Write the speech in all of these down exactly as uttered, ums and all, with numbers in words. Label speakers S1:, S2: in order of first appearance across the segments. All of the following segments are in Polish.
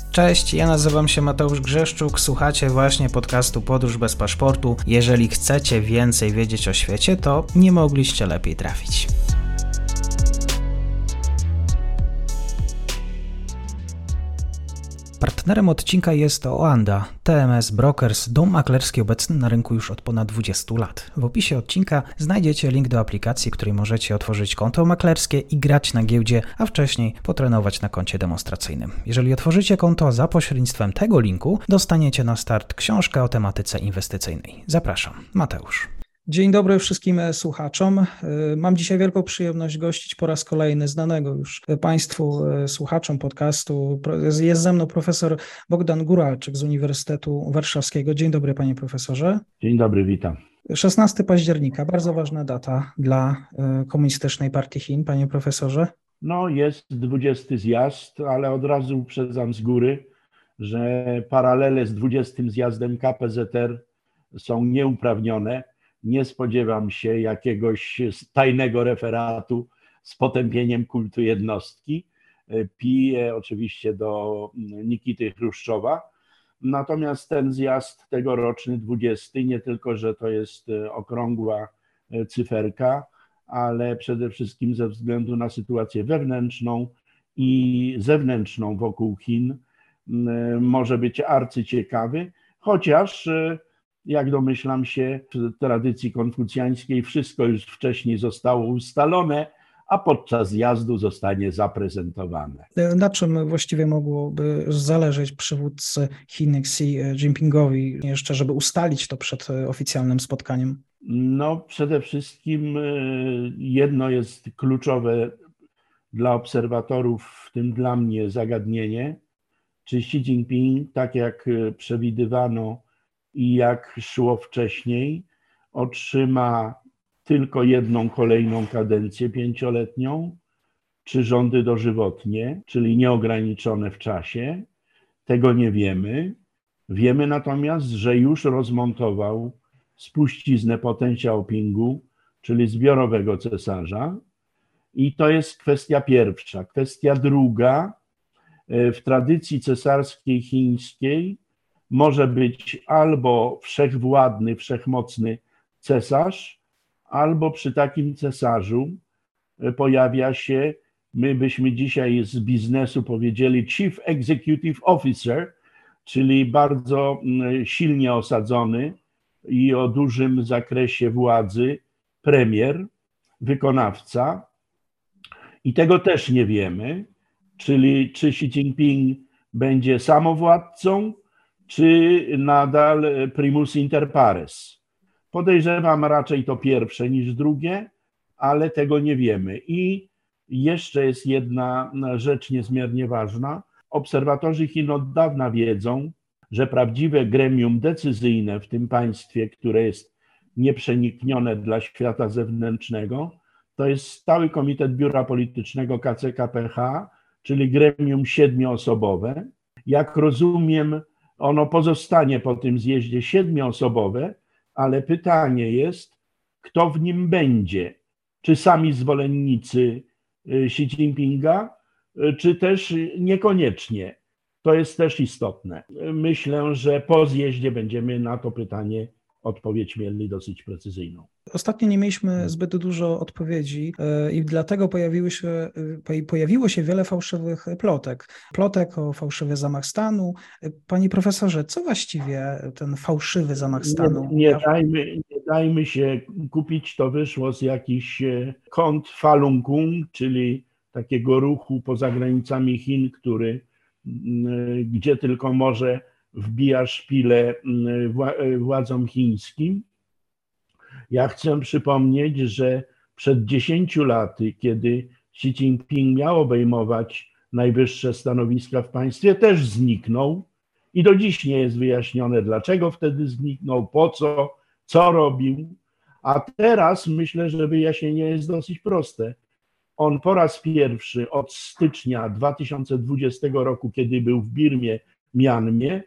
S1: Cześć, ja nazywam się Mateusz Grzeszczuk, słuchacie właśnie podcastu Podróż bez paszportu. Jeżeli chcecie więcej wiedzieć o świecie, to nie mogliście lepiej trafić. Partnerem odcinka jest Oanda, T M S Brokers, dom maklerski obecny na rynku już od ponad dwudziestu lat. W opisie odcinka znajdziecie link do aplikacji, w której możecie otworzyć konto maklerskie i grać na giełdzie, a wcześniej potrenować na koncie demonstracyjnym. Jeżeli otworzycie konto za pośrednictwem tego linku, dostaniecie na start książkę o tematyce inwestycyjnej. Zapraszam, Mateusz. Dzień dobry wszystkim słuchaczom. Mam dzisiaj wielką przyjemność gościć po raz kolejny znanego już Państwu słuchaczom podcastu. Jest ze mną profesor Bogdan Guralczyk z Uniwersytetu Warszawskiego. Dzień dobry, panie profesorze.
S2: Dzień dobry, witam.
S1: szesnastego października, bardzo ważna data dla Komunistycznej Partii Chin, panie profesorze.
S2: No jest dwudziesty zjazd, ale od razu uprzedzam z góry, że paralele z dwudziestym zjazdem K P Z R są nieuprawnione. Nie spodziewam się jakiegoś tajnego referatu z potępieniem kultu jednostki. Piję oczywiście do Nikity Chruszczowa. Natomiast ten zjazd tegoroczny, dwudziesty, nie tylko, że to jest okrągła cyferka, ale przede wszystkim ze względu na sytuację wewnętrzną i zewnętrzną wokół Chin może być arcyciekawy, chociaż jak domyślam się, w tradycji konfucjańskiej wszystko już wcześniej zostało ustalone, a podczas zjazdu zostanie zaprezentowane.
S1: Na czym właściwie mogłoby zależeć przywódcy Chin Xi Jinpingowi jeszcze, żeby ustalić to przed oficjalnym spotkaniem?
S2: No przede wszystkim jedno jest kluczowe dla obserwatorów, w tym dla mnie zagadnienie, czy Xi Jinping, tak jak przewidywano i jak szło wcześniej, otrzyma tylko jedną kolejną kadencję pięcioletnią, czy rządy dożywotnie, czyli nieograniczone w czasie. Tego nie wiemy. Wiemy natomiast, że już rozmontował spuściznę Potęg Xiaopingu, czyli zbiorowego cesarza. I to jest kwestia pierwsza. Kwestia druga, w tradycji cesarskiej chińskiej może być albo wszechwładny, wszechmocny cesarz, albo przy takim cesarzu pojawia się, my byśmy dzisiaj z biznesu powiedzieli Chief Executive Officer, czyli bardzo silnie osadzony i o dużym zakresie władzy premier, wykonawca. I tego też nie wiemy, czyli czy Xi Jinping będzie samowładcą, czy nadal primus inter pares. Podejrzewam raczej to pierwsze niż drugie, ale tego nie wiemy. I jeszcze jest jedna rzecz niezmiernie ważna. Obserwatorzy Chin od dawna wiedzą, że prawdziwe gremium decyzyjne w tym państwie, które jest nieprzeniknione dla świata zewnętrznego, to jest Stały Komitet Biura Politycznego K C K P H, czyli gremium siedmioosobowe. Jak rozumiem, ono pozostanie po tym zjeździe siedmioosobowe, ale pytanie jest, kto w nim będzie? Czy sami zwolennicy Xi Jinpinga, czy też niekoniecznie? To jest też istotne. Myślę, że po zjeździe będziemy na to pytanie odpowiedź mieli dosyć precyzyjną.
S1: Ostatnio nie mieliśmy zbyt dużo odpowiedzi i dlatego pojawiły się, pojawiło się wiele fałszywych plotek. Plotek o fałszywy zamach stanu. Panie profesorze, co właściwie ten fałszywy zamach stanu?
S2: Nie, nie, dajmy, nie dajmy się kupić, to wyszło z jakichś kont Falun Gong, czyli takiego ruchu poza granicami Chin, który gdzie tylko może wbija szpilę władzom chińskim. Ja chcę przypomnieć, że przed dziesięciu laty, kiedy Xi Jinping miał obejmować najwyższe stanowiska w państwie, też zniknął i do dziś nie jest wyjaśnione, dlaczego wtedy zniknął, po co, co robił. A teraz myślę, że wyjaśnienie jest dosyć proste. On po raz pierwszy od stycznia dwa tysiące dwudziestego roku, kiedy był w Birmie, Mianmie,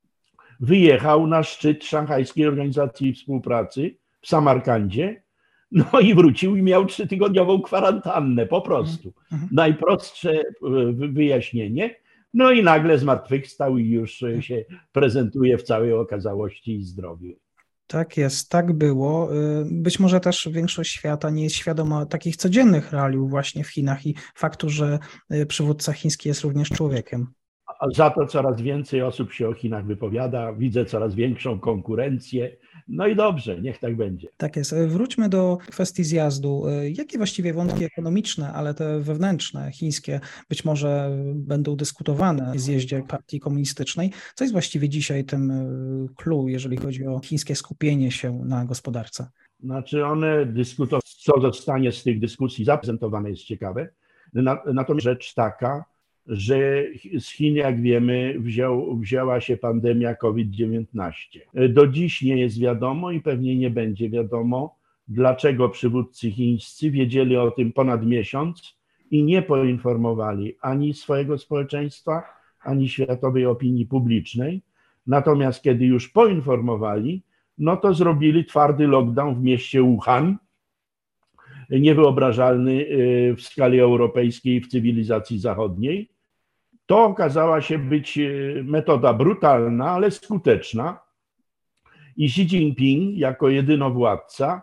S2: wyjechał na szczyt Szanghajskiej Organizacji Współpracy w Samarkandzie, no i wrócił i miał trzytygodniową kwarantannę, po prostu. Mhm. Najprostsze wyjaśnienie. No i nagle zmartwychwstał i już się prezentuje w całej okazałości i zdrowiu.
S1: Tak jest, tak było. Być może też większość świata nie jest świadoma takich codziennych realiów właśnie w Chinach i faktu, że przywódca chiński jest również człowiekiem.
S2: A za to coraz więcej osób się o Chinach wypowiada, widzę coraz większą konkurencję. No i dobrze, niech tak będzie.
S1: Tak jest. Wróćmy do kwestii zjazdu. Jakie właściwie wątki ekonomiczne, ale te wewnętrzne, chińskie, być może będą dyskutowane w zjeździe partii komunistycznej? Co jest właściwie dzisiaj tym clue, jeżeli chodzi o chińskie skupienie się na gospodarce?
S2: Znaczy one dyskutują, co zostanie z tych dyskusji zaprezentowane, jest ciekawe. Natomiast rzecz taka, że z Chin, jak wiemy, wziął, wzięła się pandemia COVID dziewiętnaście. Do dziś nie jest wiadomo i pewnie nie będzie wiadomo, dlaczego przywódcy chińscy wiedzieli o tym ponad miesiąc i nie poinformowali ani swojego społeczeństwa, ani światowej opinii publicznej. Natomiast kiedy już poinformowali, no to zrobili twardy lockdown w mieście Wuhan, niewyobrażalny w skali europejskiej, w cywilizacji zachodniej. To okazała się być metoda brutalna, ale skuteczna. I Xi Jinping jako jedynowładca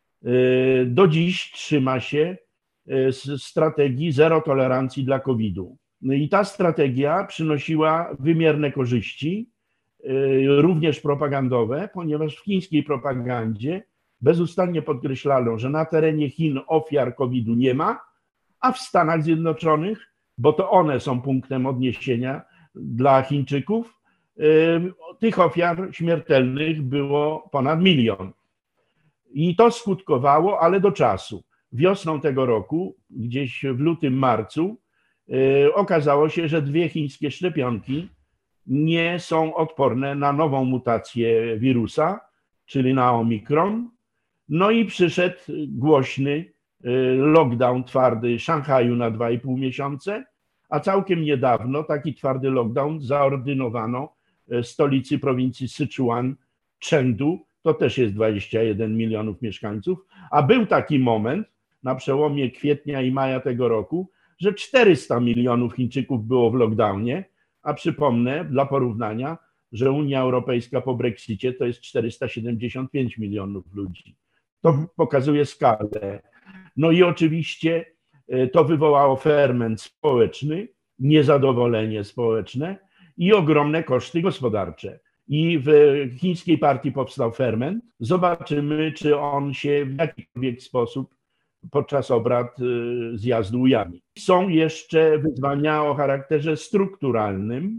S2: do dziś trzyma się strategii zero tolerancji dla kowida. I ta strategia przynosiła wymierne korzyści, również propagandowe, ponieważ w chińskiej propagandzie bezustannie podkreślano, że na terenie Chin ofiar kowida nie ma, a w Stanach Zjednoczonych, bo to one są punktem odniesienia dla Chińczyków, tych ofiar śmiertelnych było ponad milion. I to skutkowało, ale do czasu. Wiosną tego roku, gdzieś w lutym, marcu, okazało się, że dwie chińskie szczepionki nie są odporne na nową mutację wirusa, czyli na Omikron. No i przyszedł głośny lockdown twardy Szanghaju na dwa i pół miesiące, a całkiem niedawno taki twardy lockdown zaordynowano stolicy prowincji Sichuan, Chengdu, to też jest dwadzieścia jeden milionów mieszkańców, a był taki moment na przełomie kwietnia i maja tego roku, że czterysta milionów Chińczyków było w lockdownie, a przypomnę dla porównania, że Unia Europejska po Brexicie to jest czterysta siedemdziesiąt pięć milionów ludzi. To pokazuje skalę. No i oczywiście to wywołało ferment społeczny, niezadowolenie społeczne i ogromne koszty gospodarcze. I w chińskiej partii powstał ferment. Zobaczymy, czy on się w jakikolwiek sposób podczas obrad zjazdu ujawni. Są jeszcze wyzwania o charakterze strukturalnym.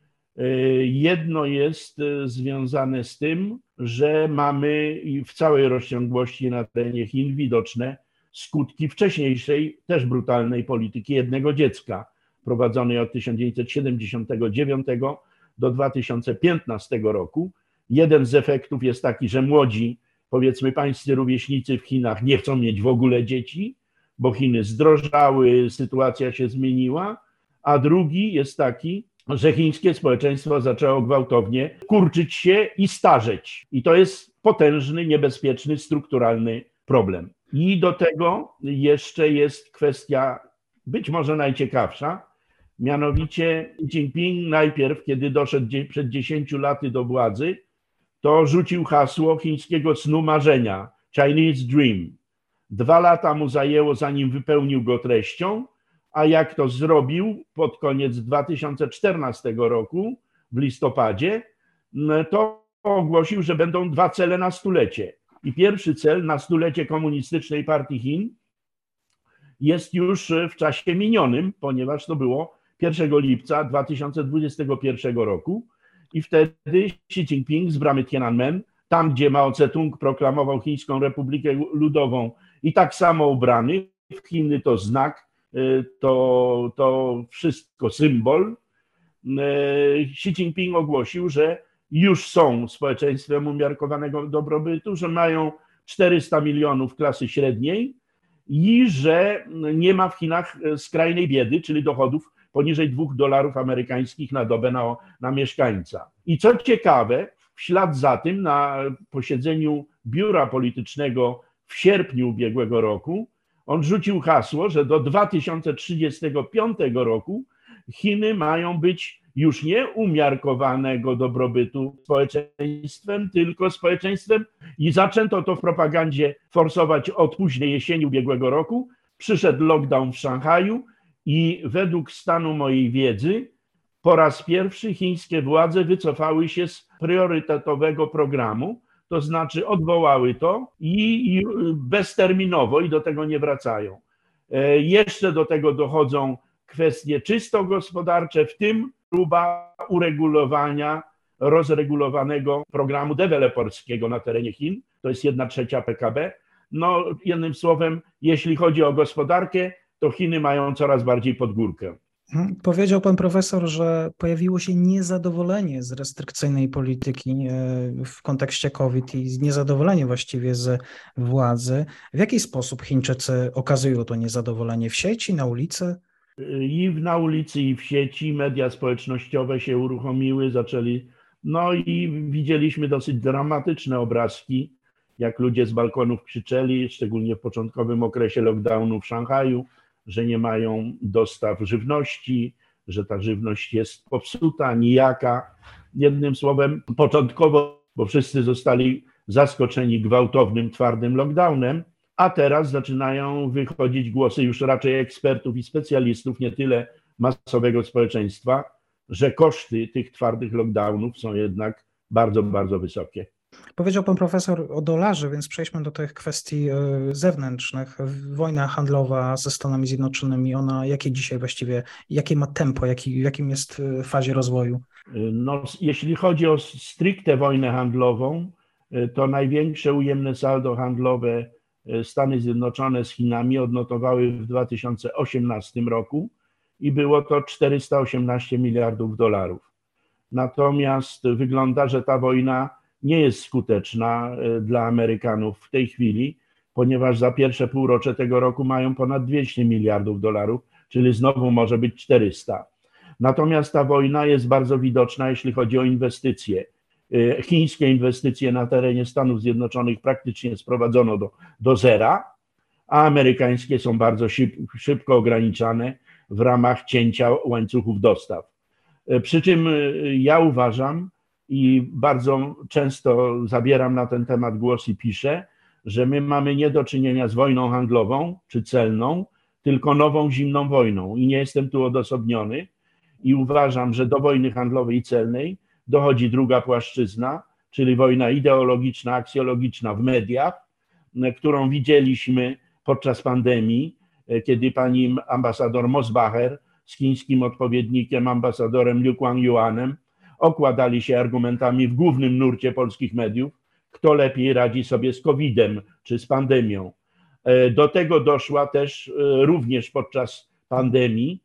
S2: Jedno jest związane z tym, że mamy w całej rozciągłości na terenie Chin widoczne skutki wcześniejszej, też brutalnej polityki jednego dziecka, prowadzonej od tysiąc dziewięćset siedemdziesiątego dziewiątego do dwa tysiące piętnastego roku. Jeden z efektów jest taki, że młodzi, powiedzmy pańscy rówieśnicy w Chinach nie chcą mieć w ogóle dzieci, bo Chiny zdrożały, sytuacja się zmieniła, a drugi jest taki, że chińskie społeczeństwo zaczęło gwałtownie kurczyć się i starzeć. I to jest potężny, niebezpieczny, strukturalny problem. I do tego jeszcze jest kwestia być może najciekawsza, mianowicie Xi Jinping najpierw, kiedy doszedł przed dziesięciu laty do władzy, to rzucił hasło chińskiego snu marzenia, Chinese Dream. Dwa lata mu zajęło, zanim wypełnił go treścią, a jak to zrobił pod koniec dwa tysiące czternastego roku, w listopadzie, to ogłosił, że będą dwa cele na stulecie. I pierwszy cel na stulecie Komunistycznej Partii Chin jest już w czasie minionym, ponieważ to było pierwszego lipca dwa tysiące dwudziestego pierwszego roku. I wtedy Xi Jinping z bramy Tiananmen, tam gdzie Mao Tse-tung proklamował Chińską Republikę Ludową i tak samo ubrany, w Chiny to znak, to, to wszystko symbol, Xi Jinping ogłosił, że już są społeczeństwem umiarkowanego dobrobytu, że mają czterysta milionów klasy średniej i że nie ma w Chinach skrajnej biedy, czyli dochodów poniżej dwóch dolarów amerykańskich na dobę na, na mieszkańca. I co ciekawe, w ślad za tym na posiedzeniu biura politycznego w sierpniu ubiegłego roku on rzucił hasło, że do dwa tysiące trzydziestego piątego roku Chiny mają być już nie umiarkowanego dobrobytu społeczeństwem, tylko społeczeństwem i zaczęto to w propagandzie forsować od późnej jesieni ubiegłego roku. Przyszedł lockdown w Szanghaju i według stanu mojej wiedzy po raz pierwszy chińskie władze wycofały się z priorytetowego programu, to znaczy odwołały to i bezterminowo i do tego nie wracają. Jeszcze do tego dochodzą kwestie czysto gospodarcze, w tym próba uregulowania rozregulowanego programu deweloperskiego na terenie Chin, to jest jedna trzecia P K B. No jednym słowem, jeśli chodzi o gospodarkę, to Chiny mają coraz bardziej pod górkę.
S1: Powiedział pan profesor, że pojawiło się niezadowolenie z restrykcyjnej polityki w kontekście COVID i niezadowolenie właściwie z władzy. W jaki sposób Chińczycy okazują to niezadowolenie? W sieci, na ulicy?
S2: I na ulicy, i w sieci media społecznościowe się uruchomiły, zaczęli, no i widzieliśmy dosyć dramatyczne obrazki, jak ludzie z balkonów krzyczeli, szczególnie w początkowym okresie lockdownu w Szanghaju, że nie mają dostaw żywności, że ta żywność jest popsuta, nijaka. Jednym słowem, początkowo, bo wszyscy zostali zaskoczeni gwałtownym, twardym lockdownem, a teraz zaczynają wychodzić głosy już raczej ekspertów i specjalistów, nie tyle masowego społeczeństwa, że koszty tych twardych lockdownów są jednak bardzo, bardzo wysokie.
S1: Powiedział pan profesor o dolarze, więc przejdźmy do tych kwestii zewnętrznych. Wojna handlowa ze Stanami Zjednoczonymi, ona jakie dzisiaj właściwie, jakie ma tempo, jaki, w jakim jest fazie rozwoju?
S2: No, jeśli chodzi o stricte wojnę handlową, to największe ujemne saldo handlowe Stany Zjednoczone z Chinami odnotowały w dwa tysiące osiemnastym roku i było to czterysta osiemnaście miliardów dolarów. Natomiast wygląda, że ta wojna nie jest skuteczna dla Amerykanów w tej chwili, ponieważ za pierwsze półrocze tego roku mają ponad dwieście miliardów dolarów, czyli znowu może być czterysta. Natomiast ta wojna jest bardzo widoczna, jeśli chodzi o inwestycje. Chińskie inwestycje na terenie Stanów Zjednoczonych praktycznie sprowadzono do, do zera, a amerykańskie są bardzo szyb, szybko ograniczane w ramach cięcia łańcuchów dostaw. Przy czym ja uważam i bardzo często zabieram na ten temat głos i piszę, że my mamy nie do czynienia z wojną handlową czy celną, tylko nową zimną wojną i nie jestem tu odosobniony i uważam, że do wojny handlowej i celnej dochodzi druga płaszczyzna, czyli wojna ideologiczna, aksjologiczna w mediach, którą widzieliśmy podczas pandemii, kiedy pani ambasador Mosbacher z chińskim odpowiednikiem, ambasadorem Liu Guangyuanem, okładali się argumentami w głównym nurcie polskich mediów, kto lepiej radzi sobie z kowidem czy z pandemią. Do tego doszła też również podczas pandemii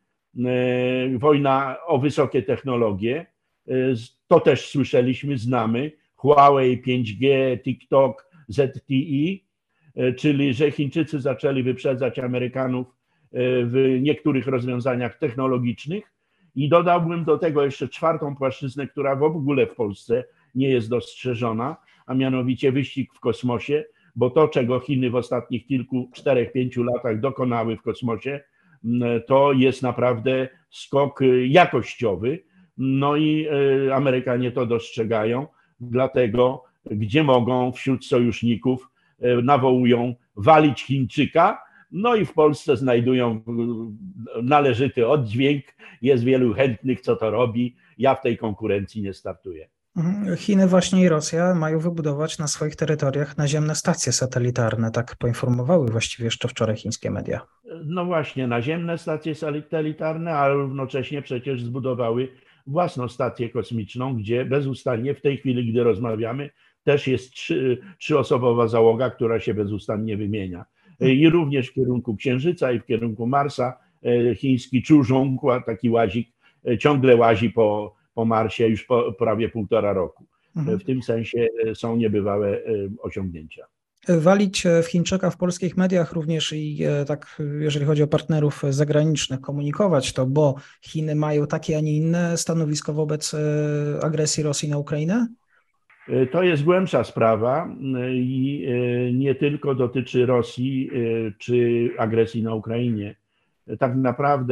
S2: wojna o wysokie technologie. To też słyszeliśmy, znamy, Huawei, pięć G, TikTok, Z T E, czyli że Chińczycy zaczęli wyprzedzać Amerykanów w niektórych rozwiązaniach technologicznych i dodałbym do tego jeszcze czwartą płaszczyznę, która w ogóle w Polsce nie jest dostrzeżona, a mianowicie wyścig w kosmosie, bo to, czego Chiny w ostatnich kilku, czterech, pięciu latach dokonały w kosmosie, to jest naprawdę skok jakościowy. No i Amerykanie to dostrzegają, dlatego gdzie mogą wśród sojuszników nawołują walić Chińczyka, no i w Polsce znajdują należyty oddźwięk, jest wielu chętnych, co to robi, ja w tej konkurencji nie startuję.
S1: Chiny właśnie i Rosja mają wybudować na swoich terytoriach naziemne stacje satelitarne, tak poinformowały właściwie jeszcze wczoraj chińskie media.
S2: No właśnie, naziemne stacje satelitarne, ale równocześnie przecież zbudowały własną stację kosmiczną, gdzie bezustannie w tej chwili, gdy rozmawiamy, też jest trzy, trzyosobowa załoga, która się bezustannie wymienia. I również w kierunku Księżyca i w kierunku Marsa chiński Zhuzhong, taki łazik, ciągle łazi po, po Marsie już po prawie półtora roku. Mhm. W tym sensie są niebywałe osiągnięcia.
S1: Walić w Chińczyka w polskich mediach również i tak, jeżeli chodzi o partnerów zagranicznych, komunikować to, bo Chiny mają takie, a nie inne stanowisko wobec agresji Rosji na Ukrainę?
S2: To jest głębsza sprawa i nie tylko dotyczy Rosji czy agresji na Ukrainie. Tak naprawdę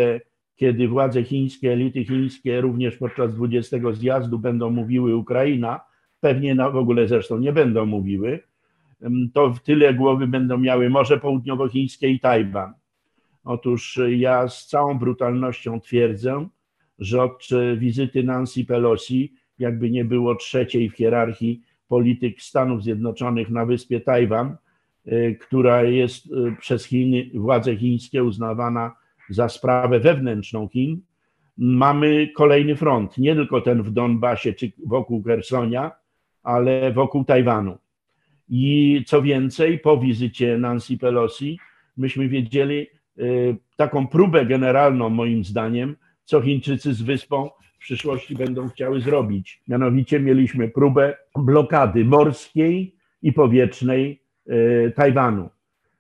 S2: kiedy władze chińskie, elity chińskie również podczas dwudziestego zjazdu będą mówiły Ukraina, pewnie w ogóle zresztą nie będą mówiły, to w tyle głowy będą miały Morze Południowochińskie i Tajwan. Otóż ja z całą brutalnością twierdzę, że od wizyty Nancy Pelosi, jakby nie było trzeciej w hierarchii polityk Stanów Zjednoczonych na wyspie Tajwan, która jest przez Chiny, władze chińskie uznawana za sprawę wewnętrzną Chin, mamy kolejny front, nie tylko ten w Donbasie czy wokół Chersonia, ale wokół Tajwanu. I co więcej, po wizycie Nancy Pelosi myśmy wiedzieli taką próbę generalną, moim zdaniem, co Chińczycy z wyspą w przyszłości będą chciały zrobić. Mianowicie mieliśmy próbę blokady morskiej i powietrznej Tajwanu.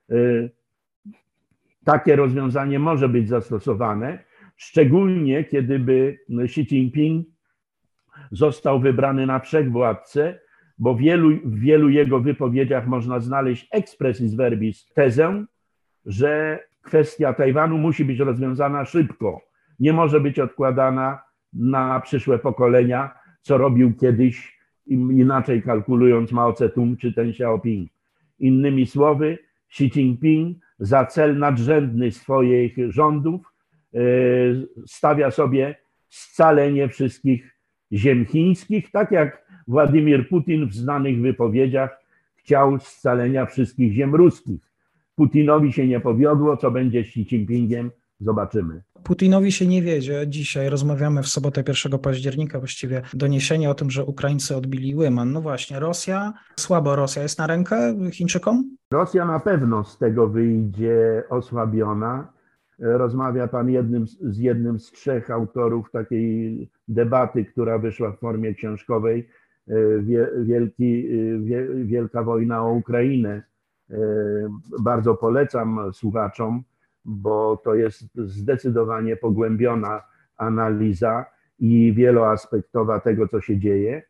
S2: Takie rozwiązanie może być zastosowane, szczególnie kiedy by Xi Jinping został wybrany na wszechwładcę, bo wielu, w wielu jego wypowiedziach można znaleźć expressis verbis tezę, że kwestia Tajwanu musi być rozwiązana szybko. Nie może być odkładana na przyszłe pokolenia, co robił kiedyś, inaczej kalkulując Mao Tse-tung czy Deng Xiaoping. Innymi słowy, Xi Jinping za cel nadrzędny swoich rządów stawia sobie scalenie wszystkich ziem chińskich, tak jak Władimir Putin w znanych wypowiedziach chciał scalenia wszystkich ziem ruskich. Putinowi się nie powiodło, co będzie z Xi Jinpingiem, zobaczymy.
S1: Putinowi się nie wiedzie. Dzisiaj rozmawiamy w sobotę pierwszego października, właściwie doniesienie o tym, że Ukraińcy odbili Lyman. No właśnie, Rosja, słabo Rosja jest na rękę Chińczykom?
S2: Rosja na pewno z tego wyjdzie osłabiona. Rozmawia pan jednym, z jednym z trzech autorów takiej debaty, która wyszła w formie książkowej, Wielki, Wielka wojna o Ukrainę. Bardzo polecam słuchaczom, bo to jest zdecydowanie pogłębiona analiza i wieloaspektowa tego, co się dzieje.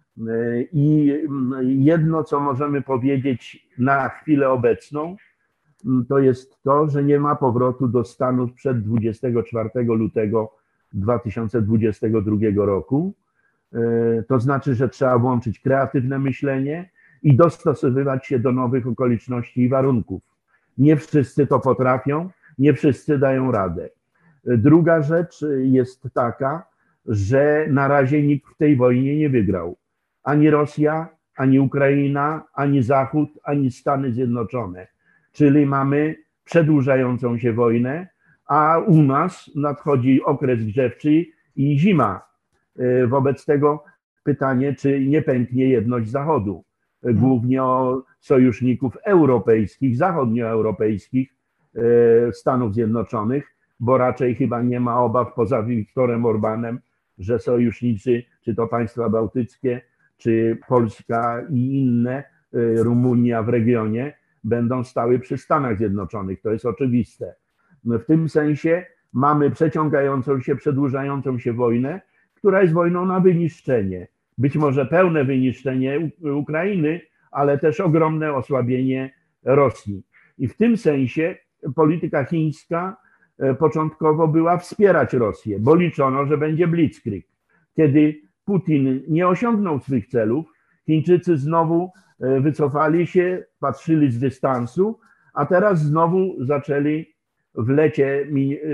S2: I jedno, co możemy powiedzieć na chwilę obecną, to jest to, że nie ma powrotu do stanów przed dwudziestego czwartego lutego dwa tysiące dwudziestego drugiego roku. To znaczy, że trzeba włączyć kreatywne myślenie i dostosowywać się do nowych okoliczności i warunków. Nie wszyscy to potrafią, nie wszyscy dają radę. Druga rzecz jest taka, że na razie nikt w tej wojnie nie wygrał. Ani Rosja, ani Ukraina, ani Zachód, ani Stany Zjednoczone. Czyli mamy przedłużającą się wojnę, a u nas nadchodzi okres grzewczy i zima. Wobec tego pytanie, czy nie pęknie jedność Zachodu. Głównie o sojuszników europejskich, zachodnioeuropejskich, Stanów Zjednoczonych, bo raczej chyba nie ma obaw poza Viktorem Orbanem, że sojusznicy, czy to państwa bałtyckie, czy Polska i inne, Rumunia w regionie, będą stały przy Stanach Zjednoczonych. To jest oczywiste. W tym sensie mamy przeciągającą się, przedłużającą się wojnę, która jest wojną na wyniszczenie. Być może pełne wyniszczenie Ukrainy, ale też ogromne osłabienie Rosji. I w tym sensie polityka chińska początkowo była wspierać Rosję, bo liczono, że będzie blitzkrieg. Kiedy Putin nie osiągnął swych celów, Chińczycy znowu wycofali się, patrzyli z dystansu, a teraz znowu zaczęli w lecie,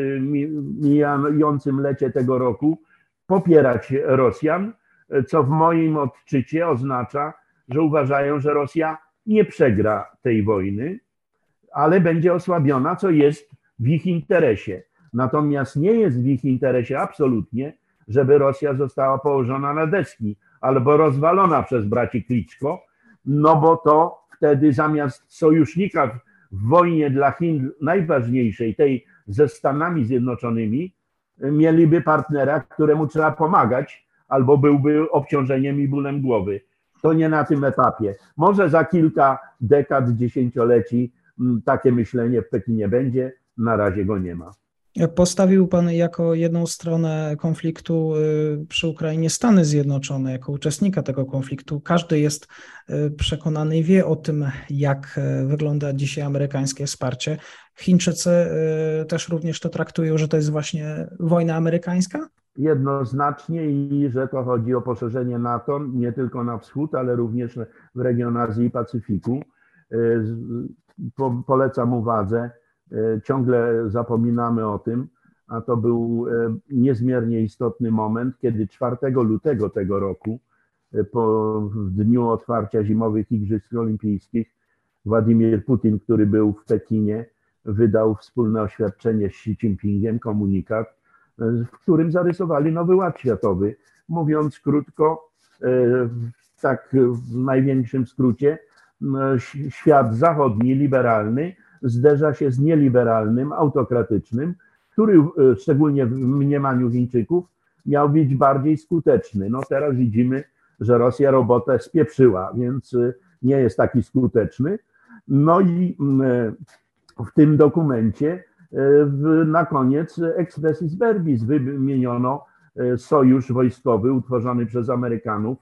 S2: mijającym lecie tego roku popierać Rosjan, co w moim odczycie oznacza, że uważają, że Rosja nie przegra tej wojny, ale będzie osłabiona, co jest w ich interesie. Natomiast nie jest w ich interesie absolutnie, żeby Rosja została położona na deski albo rozwalona przez braci Kliczko, no bo to wtedy zamiast sojusznika w wojnie dla Chin najważniejszej, tej ze Stanami Zjednoczonymi, mieliby partnera, któremu trzeba pomagać, albo byłby obciążeniem i bólem głowy. To nie na tym etapie. Może za kilka dekad, dziesięcioleci takie myślenie w Pekinie będzie, na razie go nie ma.
S1: Postawił Pan jako jedną stronę konfliktu przy Ukrainie Stany Zjednoczone, jako uczestnika tego konfliktu. Każdy jest przekonany i wie o tym, jak wygląda dzisiaj amerykańskie wsparcie. Chińczycy też również to traktują, że to jest właśnie wojna amerykańska?
S2: Jednoznacznie i że to chodzi o poszerzenie NATO nie tylko na wschód, ale również w region Azji i Pacyfiku. Po, polecam uwadze, ciągle zapominamy o tym, a to był niezmiernie istotny moment, kiedy czwartego lutego tego roku, po w dniu otwarcia zimowych Igrzysk Olimpijskich, Władimir Putin, który był w Pekinie, wydał wspólne oświadczenie z Xi Jinpingiem, komunikat, w którym zarysowali nowy ład światowy. Mówiąc krótko, tak w największym skrócie, świat zachodni, liberalny, zderza się z nieliberalnym, autokratycznym, który szczególnie w mniemaniu Chińczyków miał być bardziej skuteczny. No teraz widzimy, że Rosja robotę spieprzyła, więc nie jest taki skuteczny. No i w tym dokumencie na koniec expressis verbis wymieniono sojusz wojskowy utworzony przez Amerykanów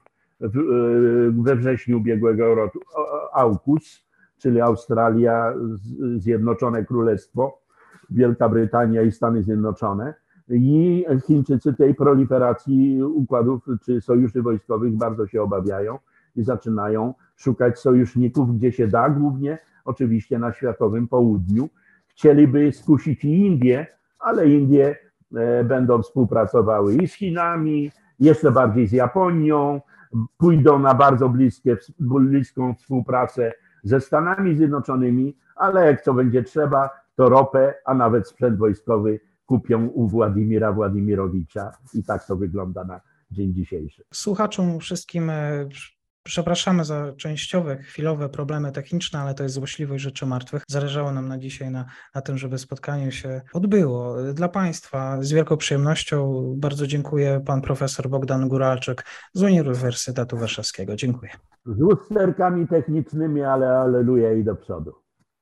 S2: we wrześniu ubiegłego roku, AUKUS, czyli Australia, Zjednoczone Królestwo, Wielka Brytania i Stany Zjednoczone. I Chińczycy tej proliferacji układów czy sojuszy wojskowych bardzo się obawiają i zaczynają szukać sojuszników, gdzie się da, głównie oczywiście na światowym południu. Chcieliby skusić i Indie, ale Indie będą współpracowały i z Chinami, jeszcze bardziej z Japonią, pójdą na bardzo bliskie, bliską współpracę ze Stanami Zjednoczonymi, ale jak co będzie trzeba, to ropę, a nawet sprzęt wojskowy kupią u Władimira Władimirowicza i tak to wygląda na dzień dzisiejszy.
S1: Słuchaczom wszystkim przepraszamy za częściowe, chwilowe problemy techniczne, ale to jest złośliwość rzeczy martwych. Zależało nam na dzisiaj na, na tym, żeby spotkanie się odbyło. Dla Państwa z wielką przyjemnością bardzo dziękuję pan profesor Bogdan Guralczyk z Uniwersytetu Warszawskiego. Dziękuję.
S2: Z usterkami technicznymi, ale aleluja i do przodu.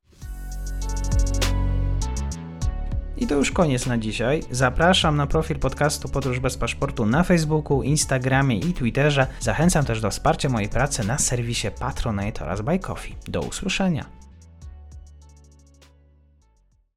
S1: I to już koniec na dzisiaj. Zapraszam na profil podcastu Podróż bez paszportu na Facebooku, Instagramie i Twitterze. Zachęcam też do wsparcia mojej pracy na serwisie Patronite oraz Buy Coffee. Do usłyszenia.